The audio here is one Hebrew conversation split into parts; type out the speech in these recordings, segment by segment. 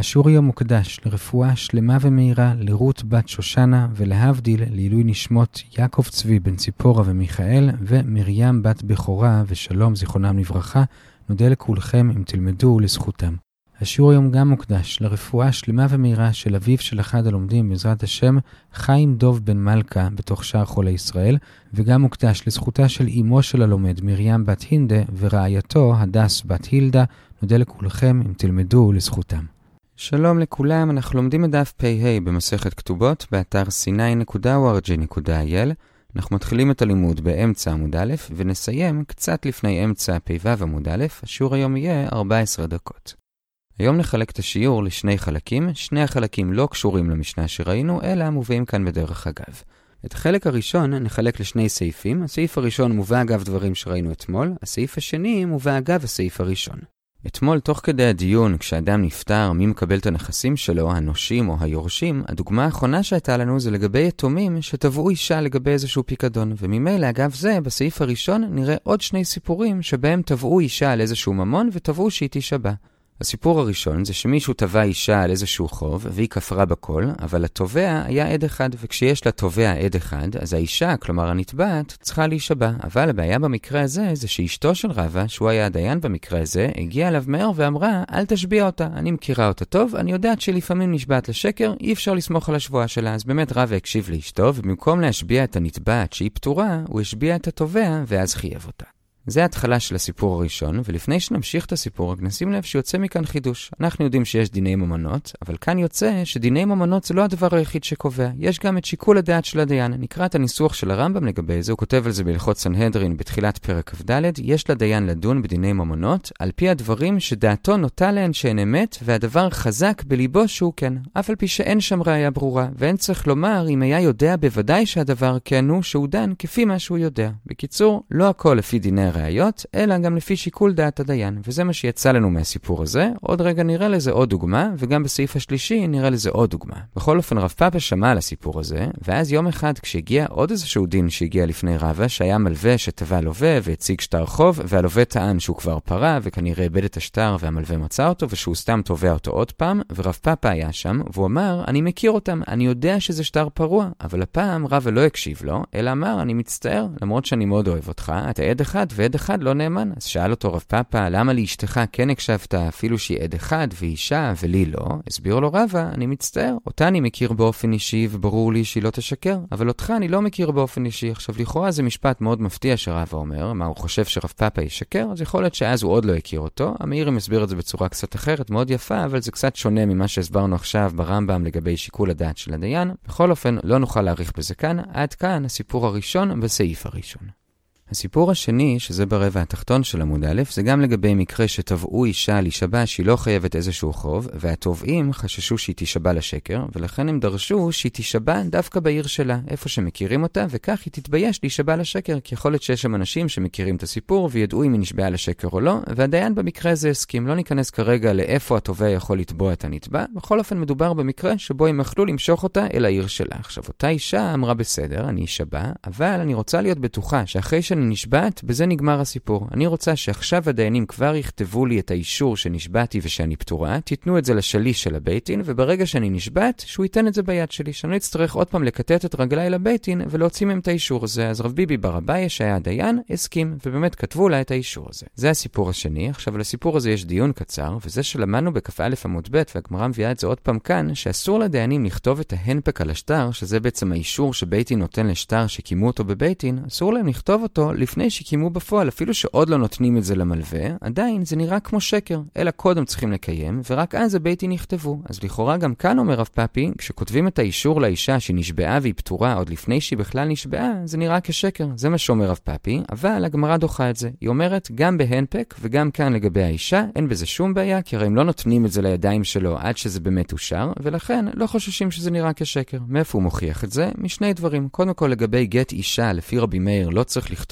השיעור היום מוקדש לרפואה שלמה ומהירה לרות בת שושנה ולהבדיל לעילוי נשמות יעקב צבי בן ציפורה ומיכאל ומרים בת בכורה ושלום זיכרונם לברכה. נודה לכולכם אם תלמדו לזכותם. השיעור היום גם מוקדש לרפואה שלמה ומהירה של אביו של אחד הלומדים בעזרת השם חיים דוב בן מלכה בתוך שער חולי ישראל, וגם מוקדש לזכותה של אמו של הלומד מרים בת הינדה ורעייתו הדס בת הילדה. נודה לכולכם אם תלמדו לזכותם. שלום לכולם, אנחנו לומדים את דף פ"ה במסכת כתובות באתר sinai.org.il. אנחנו מתחילים את הלימוד באמצע עמוד א' ונסיים קצת לפני אמצע פ"ו עמוד א'. השיעור היום יהיה 14 דקות. היום נחלק את השיעור לשני חלקים. שני החלקים לא קשורים למשנה שראינו, אלא מובאים כאן בדרך אגב. את החלק הראשון נחלק לשני סעיפים. הסעיף הראשון מובא אגב דברים שראינו אתמול, הסעיף השני מובא אגב הסעיף הראשון. אתמול, תוך כדי הדיון, כשאדם נפטר, מי מקבל את הנכסים שלו, הנושים או היורשים, הדוגמה האחרונה שהייתה לנו זה לגבי יתומים שתבעו אישה לגבי איזשהו פיקדון. וממילא, אגב זה, בסעיף הראשון נראה עוד שני סיפורים שבהם תבעו אישה על איזשהו ממון ותבעו שהיא תישבע. הסיפור הראשון זה שמישהו תבע אישה על איזשהו חוב והיא כפרה בכל, אבל התובע היה עד אחד, וכשיש לתובע עד אחד, אז האישה, כלומר הנתבעת, צריכה להישבע. אבל הבעיה במקרה הזה זה שאשתו של רבא, שהוא היה הדיין במקרה הזה, הגיעה אליו מהר ואמרה, אל תשביע אותה, אני מכירה אותה טוב, אני יודעת שלפעמים נשבעת לשקר, אי אפשר לסמוך על השבועה שלה. אז באמת רבא הקשיב לאשתו, ובמקום להשביע את הנתבעת שהיא פטורה, הוא השביע את התובע ואז חייב אותה. זה ההתחלה של הסיפור הראשון, ולפני שנמשיך את הסיפור, רק נשים לב שיוצא מכאן חידוש. אנחנו יודעים שיש דיני ממונות, אבל כאן יוצא שדיני ממונות זה לא הדבר היחיד שקובע. יש גם את שיקול הדעת של הדיין. נקרא את הניסוח של הרמב"ם לגבי זה, הוא כותב על זה בהלכות סנהדרין בתחילת פרק כ"ד. יש לדיין לדון בדיני ממונות, על פי הדברים שדעתו נוטה להן שהן אמת, והדבר חזק בליבו שהוא כן. אף על פי שאין שם ראיה ברורה, ואין צריך לומר אם היה יודע בוודאי שהדבר כן הוא שהוא דן כפי מה שהוא יודע. בקיצור, לא הכל לפי דיני ראיות, אלא גם לפי שיקול דעת הדיין. וזה מה שיצא לנו מהסיפור הזה. עוד רגע נראה לזה עוד דוגמה, וגם בסעיף השלישי נראה לזה עוד דוגמה. בכל אופן, רב פאפה שמע על הסיפור הזה, ואז יום אחד כשהגיע עוד איזשהו דין שהגיע לפני רבא, שהיה מלווה שטבע לווה והציג שטר חוב, והלווה טען שהוא כבר פרה, וכנראה איבד את השטר והמלווה מצא אותו, ושהוא סתם תובע אותו עוד פעם, ורב פאפה היה שם, והוא אמר, אני מכיר אותם, אני יודע שזה שטר פרוע, אבל הפעם רבא לא הקשיב לו, אלא אמר, אני מצטער, למרות שאני מאוד אוהב אותך, אתה עד אחד ועד אחד לא נאמן. אז שאל אותו רב פאפה, למה לאשתך כן הקשבת אפילו שהיא עד אחד ואישה ולי לא? הסביר לו רבא, אני מצטער, אותה אני מכיר באופן אישי וברור לי שהיא לא תשקר, אבל אותך אני לא מכיר באופן אישי. עכשיו לכאורה זה משפט מאוד מפתיע שרבא אומר, מה הוא חושב שרב פאפה ישקר? אז יכול להיות שאז הוא עוד לא הכיר אותו. המאירים הסביר את זה בצורה קצת אחרת, מאוד יפה, אבל זה קצת שונה ממה שהסברנו עכשיו ברמב"ם לגבי שיקול הדעת של הדיין. בכל אופן, לא נוכל להאריך בזה כאן. עד כאן הסיפור הראשון בסעיף הראשון. הסיפור השני, שזה ברבע התחתון של עמוד א', זה גם לגבי מקרה שתבעו אישה להישבע שהיא לא חייבת איזשהו חוב, והתובעים חששו שהיא תישבע לשקר, ולכן הם דרשו שהיא תישבע דווקא בעיר שלה, איפה שמכירים אותה, וכך היא תתבייש להישבע לשקר, כי יכול להיות שיש שם אנשים שמכירים את הסיפור וידעו אם היא נשבעה לשקר או לא, והדיין במקרה הזה הסכים. לא ניכנס כרגע לאיפה התובע יכול לתבוע את הנתבע. בכל אופן מדובר במקרה שבו הם יכלו למשוך אותה אל העיר שלה. עכשיו אותה אישה אמרה בסדר, אני אשבע, אבל אני רוצה להיות בטוחה שאחרי שאני נשבעת, בזה נגמר הסיפור. אני רוצה שעכשיו הדיינים כבר יכתבו לי את האישור שנשבעתי ושאני פטורה, תיתנו את זה לשליש של הבייטין, וברגע שאני נשבעת, שהוא ייתן את זה ביד שלי, שאני אצטרך עוד פעם לקטט את רגליי לבייטין ולהוציא מהם את האישור הזה. אז רב ביבי בר אבאי שהיה הדיין, הסכים, ובאמת כתבו לה את האישור הזה. זה הסיפור השני. עכשיו לסיפור הזה יש דיון קצר, וזה שלמדנו בכ"א עמוד ב', והגמרא מביאה את זה עוד פעם כאן, שאסור לדיינים לכתוב את ההנפק על השטר, שזה בעצם האישור שבייטין נותן לשטר שקימו אותו בבייטין, אסור להם לכתוב אותו לפני שקימו בפועל. אפילו שעוד לא נותנים את זה למלווה, עדיין זה נראה כמו שקר, אלא קודם צריכים לקיים, ורק אז הבייטין יכתבו. אז לכאורה גם כאן אומר רב פאפי, כשכותבים את האישור לאישה שנשבעה והיא פטורה עוד לפני שהיא בכלל נשבעה, זה נראה כשקר. זה מה שאומר רב פאפי, אבל הגמרא דוחה את זה. היא אומרת גם בהנפק וגם כאן לגבי האישה, אין בזה שום בעיה, כי הרי הם לא נותנים את זה לידיים שלו עד שזה באמת אושר, ולכן לא חוששים שזה נראה כשקר. מאיפה הוא מוכיח את זה? משני דברים. קודם כל לגבי גט אישה, לפי רבי מאיר לא צריך לכתוב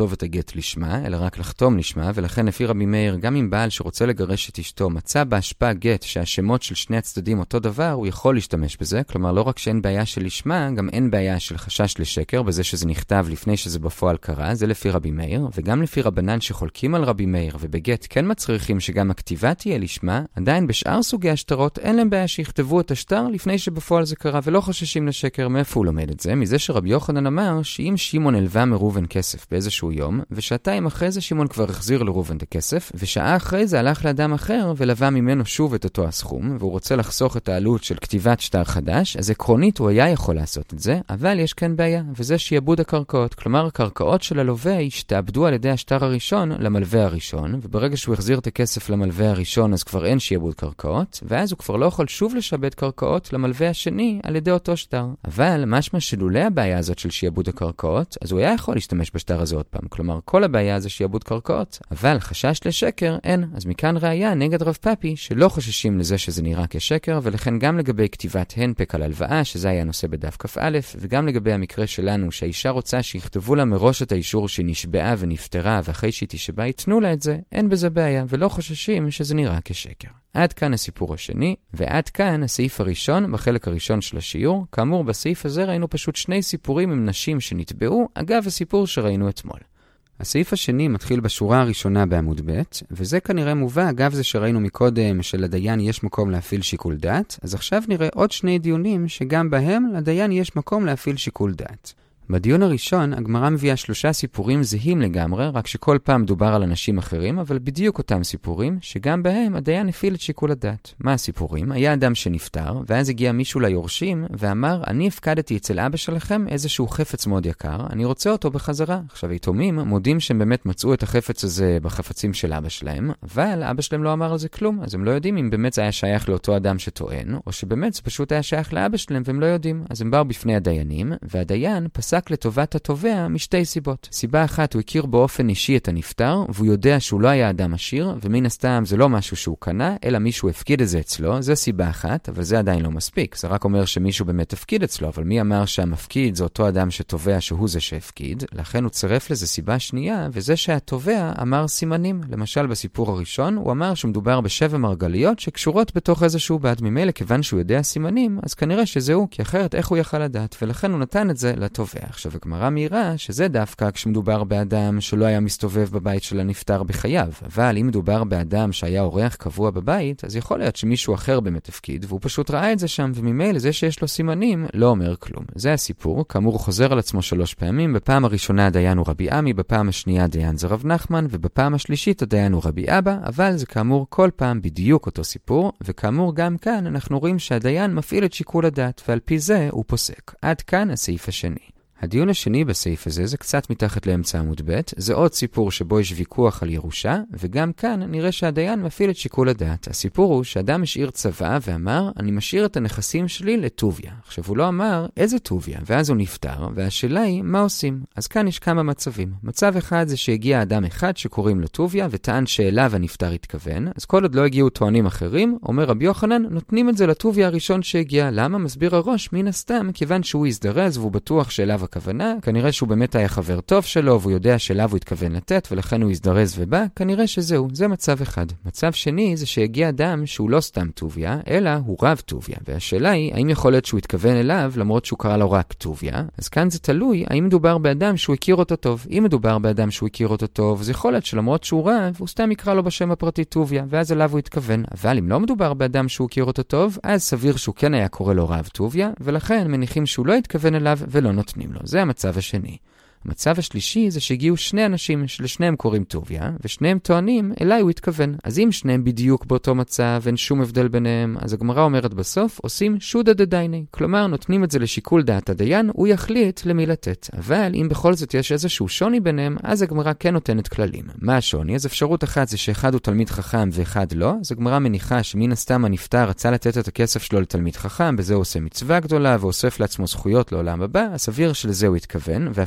לכתוב את הגט לשמה, אלא רק לחתום לשמה, ולכן לפי רבי מאיר, גם אם בעל שרוצה לגרש את אשתו מצא בהשפעה גט שהשמות של שני הצדדים אותו דבר, הוא יכול להשתמש בזה. כלומר, לא רק שאין בעיה של לשמה, גם אין בעיה של חשש לשקר, בזה שזה נכתב לפני שזה בפועל קרה, זה לפי רבי מאיר, וגם לפי רבנן שחולקים על רבי מאיר, ובגט כן מצריכים שגם הכתיבה תהיה לשמה, עדיין בשאר סוגי השטרות אין להם בעיה שיכתבו את השטר לפני שבפועל זה קרה, ולא חוששים לשקר. מאיפה הוא לומד את זה? מזה שרבי יוחנן אמר שאם שמעון הלווה מראובן כסף באיזשהו יום, ושעתיים אחרי זה שמעון כבר החזיר לראובן את הכסף, ושעה אחרי זה הלך לאדם אחר ולווה ממנו שוב את אותו הסכום, והוא רוצה לחסוך את העלות של כתיבת שטר חדש, אז עקרונית הוא היה יכול לעשות את זה, אבל יש כאן בעיה, וזה שיעבוד הקרקעות. כלומר, הקרקעות של הלווה השתעבדו על ידי השטר הראשון למלווה הראשון, וברגע שהוא החזיר את הכסף למלווה הראשון, אז כבר אין שיעבוד קרקעות, ואז הוא כבר לא יכול שוב לשעבד קרקעות למלווה השני על ידי אותו שטר. אבל משמע שלולא הבעיה הזאת של שיעבוד הקרקעות, אז הוא היה יכול להשתמש בשטר הזה עוד פעם. כלומר, כל הבעיה זה שיעבוד קרקעות, אבל חשש לשקר אין. אז מכאן ראיה נגד רב פאפי שלא חוששים לזה שזה נראה כשקר, ולכן גם לגבי כתיבת הנפק על הלוואה, שזה היה נושא בדף כ"א, וגם לגבי המקרה שלנו שהאישה רוצה שיכתבו לה מראש את האישור שהיא נשבעה ונפטרה, ואחרי שהיא תשבעה יתנו לה את זה, אין בזה בעיה, ולא חוששים שזה נראה כשקר. עד כאן הסיפור השני, ועד כאן הסעיף הראשון בחלק הראשון של השיעור. כאמור, בסעיף הזה ראינו פשוט שני סיפורים עם נשים שנטבעו, אגב הסיפור שראינו אתמול. הסעיף השני מתחיל בשורה הראשונה בעמוד ב', וזה כנראה מובא אגב זה שראינו מקודם שלדיין יש מקום להפעיל שיקול דעת, אז עכשיו נראה עוד שני דיונים שגם בהם לדיין יש מקום להפעיל שיקול דעת. בדיון הראשון, הגמרא מביאה 3 סיפורים זהים לגמרי, רק שכל פעם דובר על אנשים אחרים, אבל בדיוק אותם סיפורים, שגם בהם הדיין הפעיל את שיקול הדעת. מה הסיפורים? היה אדם שנפטר, ואז הגיע מישהו ליורשים, ואמר, אני הפקדתי אצל אבא שלכם איזשהו חפץ מאוד יקר, אני רוצה אותו בחזרה. עכשיו, היתומים מודים שהם באמת מצאו את החפץ הזה בחפצים של אבא שלהם, אבל אבא שלהם לא אמר על זה כלום, אז הם לא יודעים אם באמת זה היה שייך לאותו אדם שטוען, או שבאמת זה פשוט היה שייך לאבא שלהם, והם לא יודעים. אז הם באו בפני הדיינים, והדיין פסק לטובת התובע משתי סיבות. סיבה אחת, הוא הכיר באופן אישי את הנפטר, והוא יודע שהוא לא היה אדם עשיר, ומן הסתם זה לא משהו שהוא קנה, אלא מישהו הפקיד את זה אצלו. זה סיבה אחת, אבל זה עדיין לא מספיק. זה רק אומר שמישהו באמת הפקיד אצלו, אבל מי אמר שהמפקיד זה אותו אדם שתובע שהוא זה שהפקיד? לכן הוא צירף לזה סיבה שנייה, וזה שהתובע אמר סימנים. למשל בסיפור הראשון, הוא אמר שמדובר ב7 מרגליות שקשורות בתוך איזשהו בד. ממילא כיוון שהוא יודע סימנים, אז כנראה שזהו, כי אחרת איך הוא יכל לדעת? ולכן הוא נתן את זה לתובע. עכשיו הגמרא מעירה שזה דווקא כשמדובר באדם שלא היה מסתובב בבית של הנפטר בחייו, אבל אם מדובר באדם שהיה אורח קבוע בבית, אז יכול להיות שמישהו אחר באמת הפקיד, והוא פשוט ראה את זה שם, וממילא זה שיש לו סימנים לא אומר כלום. זה הסיפור, כאמור הוא חוזר על עצמו 3 פעמים, בפעם הראשונה הדיין הוא רבי עמי, בפעם השנייה הדיין זה רב נחמן, ובפעם השלישית הדיין הוא רבי אבא, אבל זה כאמור כל פעם בדיוק אותו סיפור, וכאמור גם כאן אנחנו רואים שהדיין מפעיל את שיקול הדעת, ועל פי זה הוא פוסק. עד כאן הסעיף השני. הדיון השני בסעיף הזה זה קצת מתחת לאמצע עמוד ב', זה עוד סיפור שבו יש ויכוח על ירושה, וגם כאן נראה שהדיין מפעיל את שיקול הדעת. הסיפור הוא שאדם השאיר צוואה ואמר, אני משאיר את הנכסים שלי לטוביה. עכשיו הוא לא אמר איזה טוביה, ואז הוא נפטר, והשאלה היא מה עושים. אז כאן יש כמה מצבים. מצב אחד זה שהגיע אדם אחד שקוראים לו טוביה, וטען שאליו הנפטר התכוון, אז כל עוד לא הגיעו טוענים אחרים, אומר רבי יוחנן, נותנים את זה לטוביה הראשון שהגיע. למה? מסביר הראש, מן הסתם, כיוון שהוא יזדרז והוא בטוח שאליו הכוונה, כנראה שהוא באמת היה חבר טוב שלו, והוא יודע שאליו הוא התכוון לתת, ולכן הוא יזדרז ובא, כנראה שזהו, זה מצב אחד. מצב שני זה שהגיע אדם שהוא לא סתם טוביה, אלא הוא רב טוביה, והשאלה היא, האם יכול להיות שהוא התכוון אליו, למרות שהוא קרא לו רק טוביה? אז כאן זה תלוי, האם מדובר באדם שהוא הכיר אותו טוב. אם מדובר באדם שהוא הכיר אותו טוב, זה יכול להיות שלמרות שהוא רב, הוא סתם יקרא לו בשם הפרטי טוביה, ואז אליו הוא התכוון. אבל אם לא מדובר באדם שהוא הכיר אותו טוב, אז סביר שהוא כן היה קורא לו רב טוביה, ולכן מניחים שהוא לא התכוון אליו ולא נותנים לו. זה המצב השני. המצב השלישי זה שהגיעו 2 אנשים שלשניהם קוראים טוביה, ושניהם טוענים אליי הוא התכוון. אז אם שניהם בדיוק באותו מצב, אין שום הבדל ביניהם, אז הגמרא אומרת בסוף, עושים שודא דדייני. כלומר, נותנים את זה לשיקול דעת הדיין, הוא יחליט למי לתת. אבל אם בכל זאת יש איזשהו שוני ביניהם, אז הגמרא כן נותנת כללים. מה השוני? אז אפשרות אחת זה שאחד הוא תלמיד חכם ואחד לא, אז הגמרא מניחה שמן הסתם הנפטר רצה לתת את הכסף שלו לתלמיד חכם, בזה הוא עושה מצווה גדולה ואוסף לעצמו זכויות לעולם הבא, אז סביר שלזה הוא התכוון, ואפילו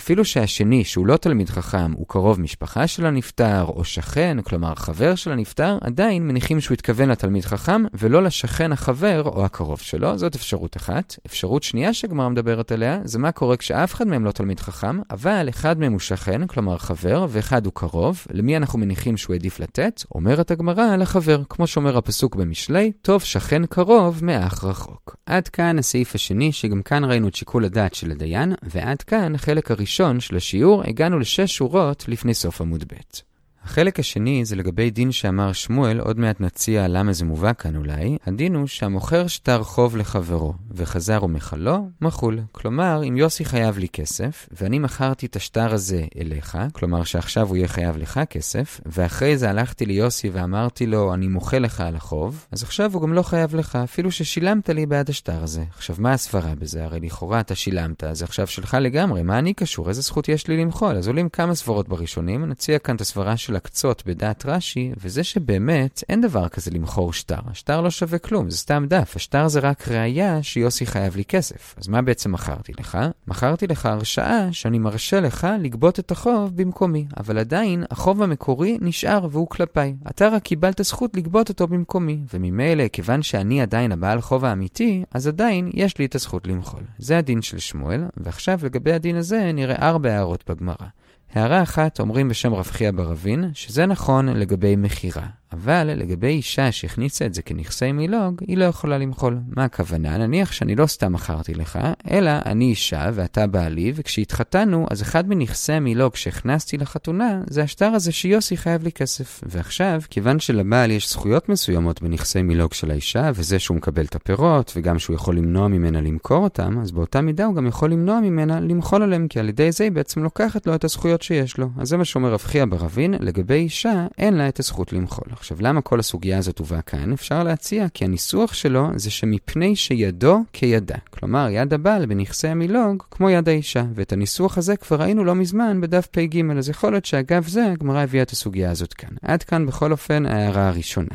שהשני, שהוא לא תלמיד חכם, הוא קרוב משפחה של הנפטר, או שכן, כלומר חבר של הנפטר, עדיין מניחים שהוא התכוון לתלמיד חכם, ולא לשכן החבר או הקרוב שלו. זאת אפשרות אחת. אפשרות שנייה שגמרא מדברת עליה, זה מה קורה כשאף אחד מהם לא תלמיד חכם, אבל אחד מהם הוא שכן, כלומר חבר, ואחד הוא קרוב. למי אנחנו מניחים שהוא עדיף לתת? אומרת הגמרא לחבר, כמו שאומר הפסוק במשלי, טוב שכן קרוב מאח רחוק. עד כאן הסעיף השני, שגם כאן ראינו את שיקול הדעת של הדיין, ועד כאן החלק הראשון של השיעור, הגענו ל6 שורות לפני סוף עמוד ב'. החלק השני זה לגבי דין שאמר שמואל, עוד מעט נציע למה זה מובא כאן אולי. הדין הוא שהמוכר שטר חוב לחברו, וחזר ומחלו, מחול. כלומר, אם יוסי חייב לי כסף, ואני מכרתי את השטר הזה אליך, כלומר שעכשיו הוא יהיה חייב לך כסף, ואחרי זה הלכתי ליוסי ואמרתי לו, אני מוחה לך על החוב, אז עכשיו הוא גם לא חייב לך, אפילו ששילמת לי בעד השטר הזה. עכשיו, מה הסברה בזה? הרי לכאורה אתה שילמת, אז עכשיו שלך לגמרי, מה אני קשור? איזה זכות יש לי למחול? אז עולים כמה סברות בראשונים, נציע כאן את הסברה של הקצות בדעת רש"י, וזה שבאמת אין דבר כזה למכור שטר. השטר לא שווה כלום, זה סתם דף. השטר זה רק ראיה שיוסי חייב לי כסף. אז מה בעצם מכרתי לך? מכרתי לך הרשאה שאני מרשה לך לגבות את החוב במקומי, אבל עדיין החוב המקורי נשאר והוא כלפיי. אתה רק קיבלת זכות לגבות אותו במקומי, וממילא כיוון שאני עדיין הבעל חוב האמיתי, אז עדיין יש לי את הזכות למחול. זה הדין של שמואל, ועכשיו לגבי הדין הזה נראה 4 הערות בגמרא. הערה אחת אומרים בשם רב חייא בר אבין, שזה נכון לגבי מחירה. אבל לגבי אישה שהכניסה את זה כנכסי מילוג, היא לא יכולה למחול. מה הכוונה? נניח שאני לא סתם מכרתי לך, אלא אני אישה ואתה בעלי, וכשהתחתנו, אז אחד מנכסי המילוג שהכנסתי לחתונה, זה השטר הזה שיוסי חייב לי כסף. ועכשיו, כיוון שלבעל יש זכויות מסוימות בנכסי מילוג של האישה, וזה שהוא מקבל את הפירות, וגם שהוא יכול למנוע ממנה למכור אותם, אז באותה מידה הוא גם יכול למנוע ממנה למחול עליהם, כי על ידי זה היא בעצם לוקחת לו את הזכויות שיש לו. אז זה מה שאומר רב חייא בר אבין, לגבי אישה אין לה את הזכות למחול. עכשיו, למה כל הסוגיה הזאת הובאה כאן? אפשר להציע כי הניסוח שלו זה שמפני שידו כידה. כלומר, יד הבעל בנכסי המילוג כמו יד האישה. ואת הניסוח הזה כבר ראינו לא מזמן בדף פ"ג, אז יכול להיות שאגב זה הגמרא הביאה את הסוגיה הזאת כאן. עד כאן בכל אופן ההערה הראשונה.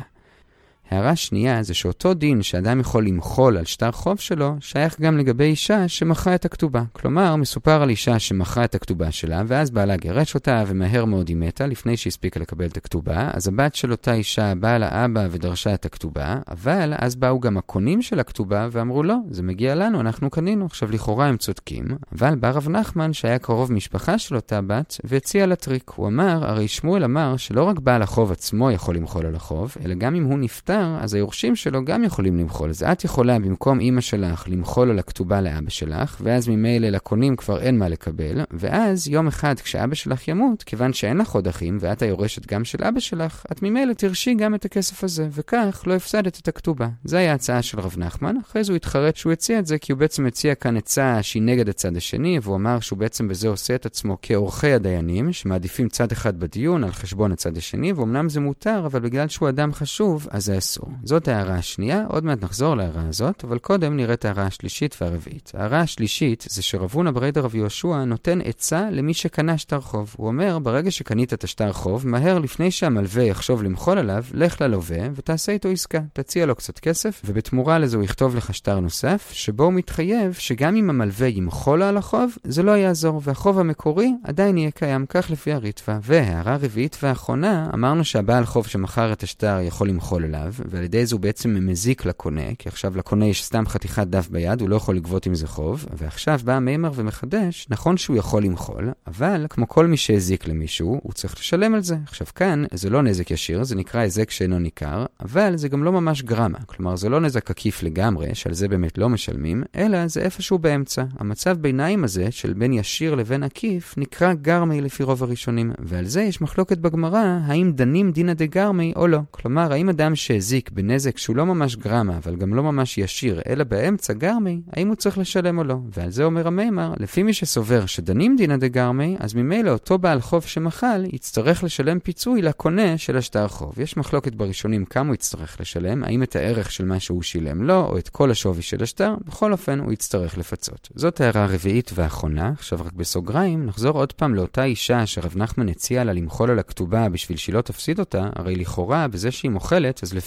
הערה שנייה זה שאותו דין שאדם יכול למחול על שטר חוב שלו, שייך גם לגבי אישה שמכרה את הכתובה. כלומר, מסופר על אישה שמכרה את הכתובה שלה, ואז בעלה גירש אותה ומהר מאוד היא מתה לפני שהספיקה לקבל את הכתובה. אז הבת של אותה אישה באה לאבא ודרשה את הכתובה, אבל אז באו גם הקונים של הכתובה ואמרו לא, זה מגיע לנו, אנחנו קנינו. עכשיו לכאורה הם צודקים, אבל בא רב נחמן שהיה קרוב משפחה של אותה בת והציע לה טריק. הוא אמר, הרי שמואל אמר שלא רק בעל החוב עצמו יכול למחול על החוב, אלא גם אם הוא נפטר, אז היורשים שלו גם יכולים למחול. אז את יכולה במקום אמא שלך למחול על הכתובה לאבא שלך, ואז ממילא לקונים כבר אין מה לקבל, ואז יום אחד כשאבא שלך ימות, כיוון שאין לך עוד אחים, ואת היורשת גם של אבא שלך, את ממילא תרשי גם את הכסף הזה, וכך לא הפסדת את הכתובה. זה היה הצעה של רב נחמן. אחרי זה הוא התחרט שהוא הציע את זה, כי הוא בעצם הציע כאן הצעה שהיא נגד הצד השני, והוא אמר שהוא בעצם בזה עושה את עצמו כאורחי הדיינים, שמעדיפים צד אחד בדיון על חשבון הצד השני, ואומנם זה מותר, אבל בגלל שהוא אדם חשוב, אז זה אסור. זאת ההערה השנייה, עוד מעט נחזור להערה הזאת, אבל קודם נראה את ההערה השלישית והרביעית. ההערה השלישית זה שרב הונא ברייתא רב יהושע נותן עצה למי שקנה שטר חוב. הוא אומר, ברגע שקנית את השטר חוב, מהר לפני שהמלווה יחשוב למחול עליו, לך ללווה ותעשה איתו עסקה. תציע לו קצת כסף, ובתמורה לזה הוא יכתוב לך שטר נוסף, שבו הוא מתחייב שגם אם המלווה ימחול על החוב, זה לא יעזור, והחוב המקורי עדיין יהיה קיים, כך לפי הריטב"א. והערה רביעית ואחרונה, אמרנו שהבעל חוב שמכר את השטר יכול למחול עליו, ועל ידי זה הוא בעצם מזיק לקונה, כי עכשיו לקונה יש סתם חתיכת דף ביד, הוא לא יכול לגבות עם זה חוב, ועכשיו בא המאמר ומחדש, נכון שהוא יכול למחול, אבל כמו כל מי שהזיק למישהו, הוא צריך לשלם על זה. עכשיו כאן, זה לא נזק ישיר, זה נקרא הזק שאינו ניכר, אבל זה גם לא ממש גרמה, כלומר זה לא נזק עקיף לגמרי, שעל זה באמת לא משלמים, אלא זה איפשהו באמצע. המצב ביניים הזה, של בין ישיר לבין עקיף, נקרא גרמי לפי רוב הראשונים, ועל זה יש מחלוקת בגמרא, האם דנים דינא דגרמי או לא. כלומר, האם אדם שהזיק בנזק שהוא לא ממש גרמה, אבל גם לא ממש ישיר, אלא באמצע גרמי, האם הוא צריך לשלם או לא? ועל זה אומר המאמר, לפי מי שסובר שדנים דינא דגרמי, אז ממילא אותו בעל חוב שמחל, יצטרך לשלם פיצוי לקונה של השטר חוב. יש מחלוקת בראשונים כמה הוא יצטרך לשלם, האם את הערך של מה שהוא שילם לו, או את כל השווי של השטר, בכל אופן הוא יצטרך לפצות. זאת הערה הרביעית והאחרונה. עכשיו רק בסוגריים, נחזור עוד פעם לאותה אישה שרב נחמן הציע לה למחול על הכתובה בשביל שהיא לא תפסיד אותה, הרי לכאורה בזה שהיא מוחלת, אז לפי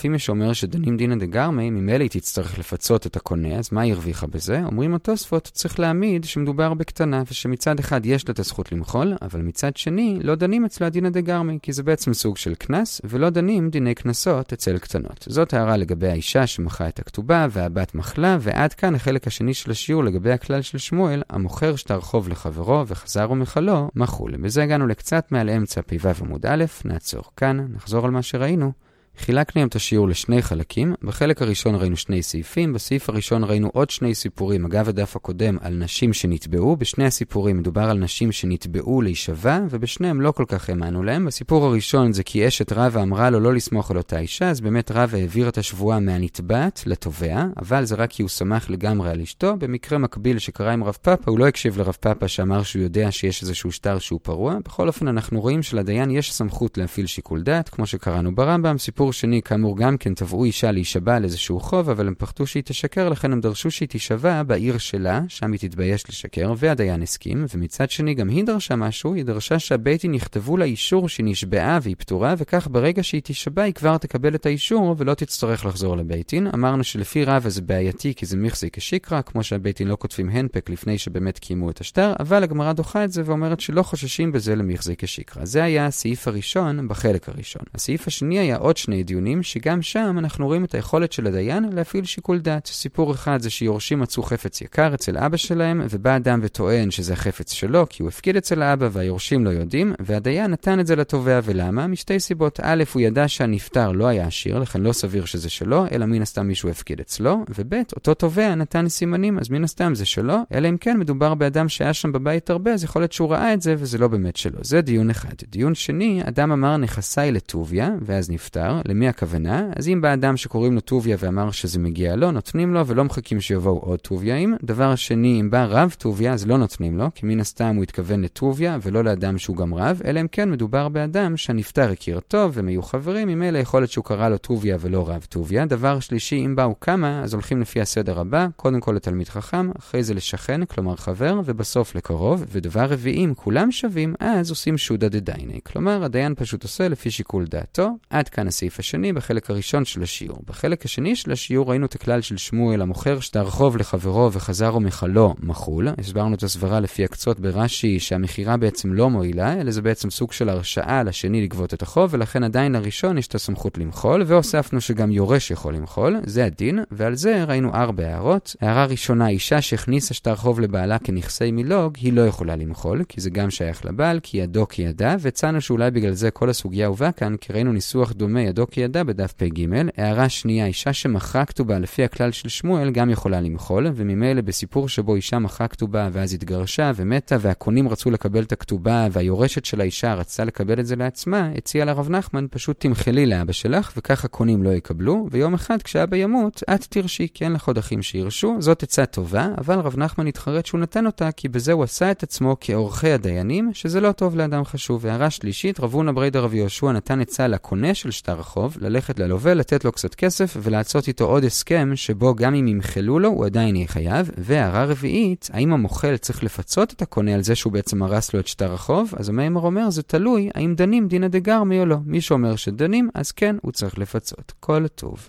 לפי מי שאומר שדנים דינא דגרמי, ממילא היא תצטרך לפצות את הקונה, אז מה היא הרוויחה בזה? אומרים התוספות, צריך להעמיד שמדובר בקטנה, ושמצד אחד יש לה את הזכות למחול, אבל מצד שני לא דנים אצלה דינא דגרמי, כי זה בעצם סוג של קנס, ולא דנים דיני קנסות אצל קטנות. זאת הערה לגבי האישה שמחה את הכתובה, והבת מחלה, ועד כאן החלק השני של השיעור לגבי הכלל של שמואל, המוכר שטר חוב לחברו וחזר ומחלו, מחול. בזה הגענו לקצת מעל אמצע פ"ו עמוד א', נעצור כאן, נחזור על מה שראינו. חילקנו את השיעור לשני חלקים. בחלק הראשון ראינו שני סעיפים, בסעיף הראשון ראינו עוד שני סיפורים, אגב הדף הקודם, על נשים שנתבעו. בשני הסיפורים מדובר על נשים שנתבעו להישבע, ובשניהם לא כל כך האמנו להם. בסיפור הראשון זה כי אשת רבא אמרה לו לא לסמוך על אותה אישה, אז באמת רבא העביר את השבועה מהנתבעת לתובע, אבל זה רק כי הוא שמח לגמרי על אשתו. במקרה מקביל שקרה עם רב פאפא, הוא לא הקשיב לרב פאפא שאמר שהוא יודע שיש איזשהו שטר שהוא פרוע. בכל אופן אנחנו רואים שלדיין יש סמכות להפעיל שיקול דעת, כמו שקראנו ברמב"ם. סיפור שני, כאמור גם כן תבעו אישה להישבע על איזשהו חוב, אבל הם פחדו שהיא תשקר, לכן הם דרשו שהיא תישבע בעיר שלה, שם היא תתבייש לשקר, והדיין הסכים. ומצד שני גם היא דרשה משהו, היא דרשה שהבית דין יכתבו לה אישור שהיא נשבעה והיא פטורה, וכך ברגע שהיא תישבע היא כבר תקבל את האישור ולא תצטרך לחזור לבית דין. אמרנו שלפי רבא זה בעייתי כי זה מחזיק כשיקרא, כמו שהבית דין לא כותבים הנפק לפני שבאמת קיימו את השטר, אבל הגמרא דוחה את זה ואומרת שלא חוששים בזה למחזיק כשיקרא. זה היה הסעיף הראשון בחלק הראשון. הסעיף השני היה עוד שני דיונים שגם שם אנחנו רואים את היכולת של הדיין להפעיל שיקול דעת. סיפור אחד זה שיורשים מצאו חפץ יקר אצל אבא שלהם, ובא אדם וטוען שזה החפץ שלו כי הוא הפקיד אצל האבא והיורשים לא יודעים, והדיין נתן את זה לתובע. ולמה? משתי סיבות. א', הוא ידע שהנפטר לא היה עשיר, לכן לא סביר שזה שלו, אלא מן הסתם מישהו הפקיד אצלו, וב', אותו תובע נתן סימנים, אז מן הסתם זה שלו, אלא אם כן מדובר באדם שהיה שם בבית הרבה, אז יכול להיות שהוא ראה את זה וזה לא באמת שלו. זה דיון אחד. דיון שני, אדם אמר נכסיי לטוביה ואז נפטר. למי הכוונה? אז אם בא אדם שקוראים לו טוביה ואמר שזה מגיע לו, נותנים לו ולא מחכים שיבואו עוד טובייאים. דבר שני, אם בא רב טוביה, אז לא נותנים לו, כי מן הסתם הוא התכוון לטוביה ולא לאדם שהוא גם רב, אלא אם כן מדובר באדם שהנפטר הכיר טוב והם היו חברים, ממילא יכולת שהוא קרא לו טוביה ולא רב טוביה. דבר שלישי, אם באו כמה, אז הולכים לפי הסדר הבא, קודם כל לתלמיד חכם, אחרי זה לשכן, כלומר חבר, ובסוף לקרוב. ודבר רביעי, אם כולם שווים, אז עושים שודא דדייני, כלומר הדיין פשוט עושה לפי שיקול דעתו. עד כאן הסעיף השני בחלק הראשון של השיעור. בחלק השני של השיעור ראינו את הכלל של שמואל, המוכר שטר חוב לחברו וחזר ומחלו מחול. הסברנו את הסברה לפי הקצות ברש"י שהמחירה בעצם לא מועילה, אלא זה בעצם סוג של הרשאה לשני לגבות את החוב, ולכן עדיין לראשון יש את הסמכות למחול, והוספנו שגם יורש יכול למחול. זה הדין, ועל זה ראינו 4 הערות. הערה ראשונה, אישה שהכניסה שטר חוב לבעלה כנכסי מילוג, היא לא יכולה למחול, כי זה גם שייך לבעל, כי ידו כי ידה, וצאנו שאולי בגלל זה כל הסוגיה הובא כאן, כי ראינו ניסוח דומה ידו כי ידה בדף פ"ג. הערה שנייה, אישה שמכרה כתובה לפי הכלל של שמואל גם יכולה למחול, וממילא בסיפור שבו אישה מכרה כתובה ואז התגרשה ומתה והקונים רצו לקבל את הכתובה והיורשת של האישה רצתה לקבל את זה לעצמה, הציע לרב נחמן פשוט תמחלי לאבא שלך וכך הקונים לא יקבלו, ויום אחד כשאבא ימות את תרשי, כי אין לך עוד אחים שירשו. זאת עצה טובה, אבל רב נחמן התחרט שהוא נתן אותה כי בזה הוא עשה את עצמו כאורחי הדיינים, שזה לא טוב לאדם חשוב. הערה שלישית, רב הונא בריידא רב יהושע נתן עצה לקונה של שטר החוב ללכת ללווה, לתת לו קצת כסף ולעשות איתו עוד הסכם שבו גם אם ימחלו לו הוא עדיין יהיה חייב. והערה רביעית, האם המוחל צריך לפצות את הקונה על זה שהוא בעצם הרס לו את שטר החוב? אז המאמר אומר זה תלוי האם דנים דינא דגרמי או לא. מי שאומר שדנים אז כן הוא צריך לפצות. כל טוב.